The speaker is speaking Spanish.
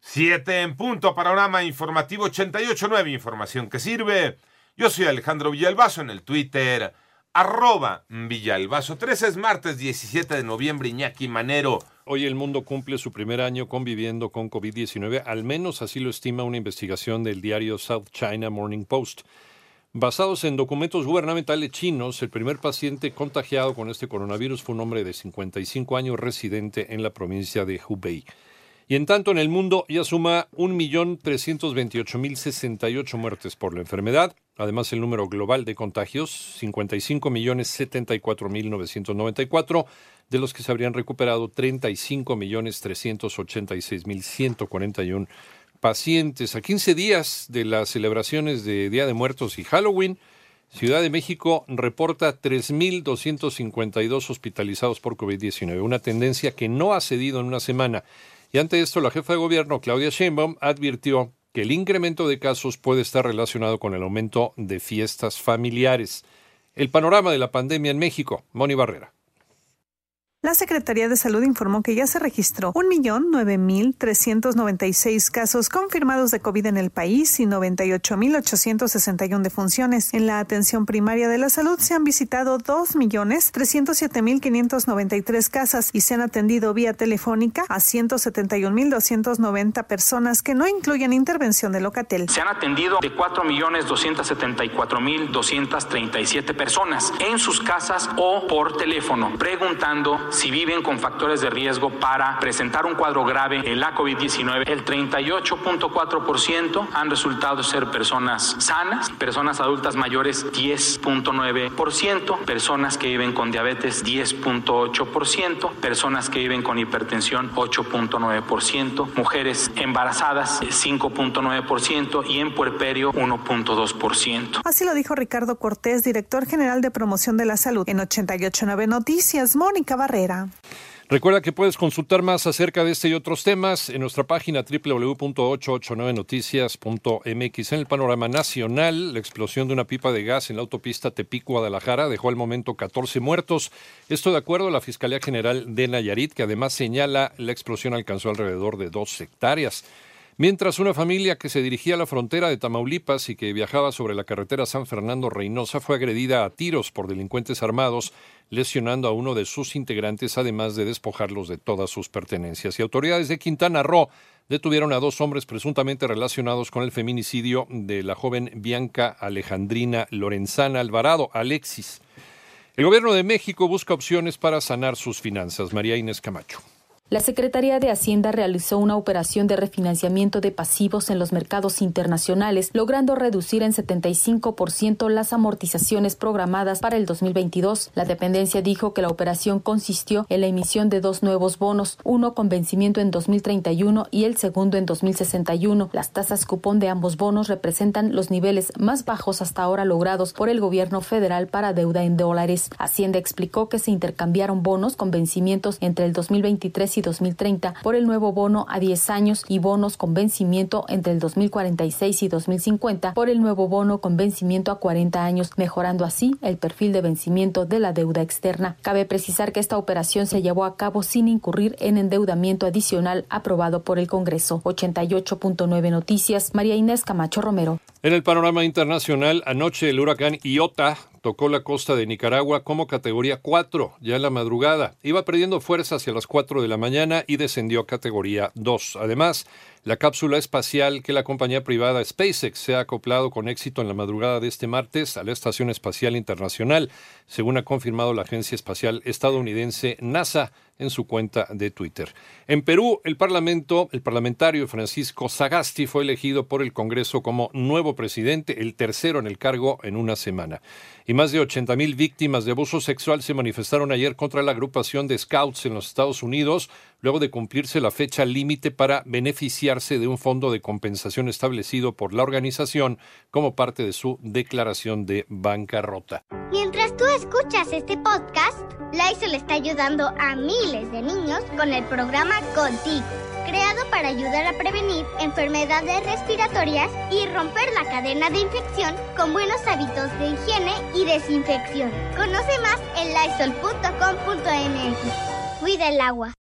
7 en punto, panorama informativo 88.9, información que sirve. Yo soy Alejandro Villalbazo, en el Twitter, @Villalbazo. 13 es martes 17 de noviembre, Iñaki Manero. Hoy el mundo cumple su primer año conviviendo con COVID-19, al menos así lo estima una investigación del diario South China Morning Post. Basados en documentos gubernamentales chinos, el primer paciente contagiado con este coronavirus fue un hombre de 55 años residente en la provincia de Hubei. Y en tanto, en el mundo ya suma 1.328.068 muertes por la enfermedad. Además, el número global de contagios, 55.074.994, de los que se habrían recuperado 35.386.141 pacientes. A 15 días de las celebraciones de Día de Muertos y Halloween, Ciudad de México reporta 3.252 hospitalizados por COVID-19, una tendencia que no ha cedido en una semana. Y ante esto, la jefa de gobierno, Claudia Sheinbaum, advirtió que el incremento de casos puede estar relacionado con el aumento de fiestas familiares. El panorama de la pandemia en México, Moni Barrera. La Secretaría de Salud informó que ya se registró 1.009.396 casos confirmados de COVID en el país y 98.861 defunciones. En la atención primaria de la salud se han visitado 2.307.593 casas y se han atendido vía telefónica a 171.290 personas que no incluyen intervención de Locatel. Se han atendido de 4.274.237 personas en sus casas o por teléfono, preguntando si viven con factores de riesgo para presentar un cuadro grave en la COVID-19. El 38.4% han resultado ser personas sanas, personas adultas mayores 10.9%, personas que viven con diabetes 10.8%, personas que viven con hipertensión 8.9%, mujeres embarazadas 5.9% y en puerperio 1.2%. Así lo dijo Ricardo Cortés, director general de promoción de la salud. En 88.9 Noticias, Mónica Barrera. Recuerda que puedes consultar más acerca de este y otros temas en nuestra página www.889noticias.mx. En el panorama nacional, la explosión de una pipa de gas en la autopista Tepic-Guadalajara dejó al momento 14 muertos. Esto de acuerdo a la Fiscalía General de Nayarit, que además señala la explosión alcanzó alrededor de 2 hectáreas. Mientras una familia que se dirigía a la frontera de Tamaulipas y que viajaba sobre la carretera San Fernando-Reynosa fue agredida a tiros por delincuentes armados, lesionando a uno de sus integrantes, además de despojarlos de todas sus pertenencias. Y autoridades de Quintana Roo detuvieron a 2 hombres presuntamente relacionados con el feminicidio de la joven Bianca Alejandrina Lorenzana Alvarado, Alexis. El gobierno de México busca opciones para sanar sus finanzas. María Inés Camacho. La Secretaría de Hacienda realizó una operación de refinanciamiento de pasivos en los mercados internacionales, logrando reducir en 75% las amortizaciones programadas para el 2022. La dependencia dijo que la operación consistió en la emisión de 2 nuevos bonos, uno con vencimiento en 2031 y el segundo en 2061. Las tasas cupón de ambos bonos representan los niveles más bajos hasta ahora logrados por el gobierno federal para deuda en dólares. Hacienda explicó que se intercambiaron bonos con vencimientos entre el 2023 y 2030 por el nuevo bono a 10 años y bonos con vencimiento entre el 2046 y 2050 por el nuevo bono con vencimiento a 40 años, mejorando así el perfil de vencimiento de la deuda externa. Cabe precisar que esta operación se llevó a cabo sin incurrir en endeudamiento adicional aprobado por el Congreso. 88.9 Noticias, María Inés Camacho Romero. En el panorama internacional, anoche el huracán Iota tocó la costa de Nicaragua como categoría 4, ya en la madrugada. Iba perdiendo fuerza hacia las 4 de la mañana y descendió a categoría 2. Además, la cápsula espacial que la compañía privada SpaceX se ha acoplado con éxito en la madrugada de este martes a la Estación Espacial Internacional, según ha confirmado la agencia espacial estadounidense NASA en su cuenta de Twitter. En Perú, el parlamentario Francisco Sagasti fue elegido por el Congreso como nuevo presidente, el tercero en el cargo en una semana. Y más de 80,000 víctimas de abuso sexual se manifestaron ayer contra la agrupación de Scouts en los Estados Unidos, luego de cumplirse la fecha límite para beneficiarse de un fondo de compensación establecido por la organización como parte de su declaración de bancarrota. Mientras tú escuchas este podcast, Lysol está ayudando a miles de niños con el programa Contigo, creado para ayudar a prevenir enfermedades respiratorias y romper la cadena de infección con buenos hábitos de higiene y desinfección. Conoce más en lysol.com.mx. Cuida el agua.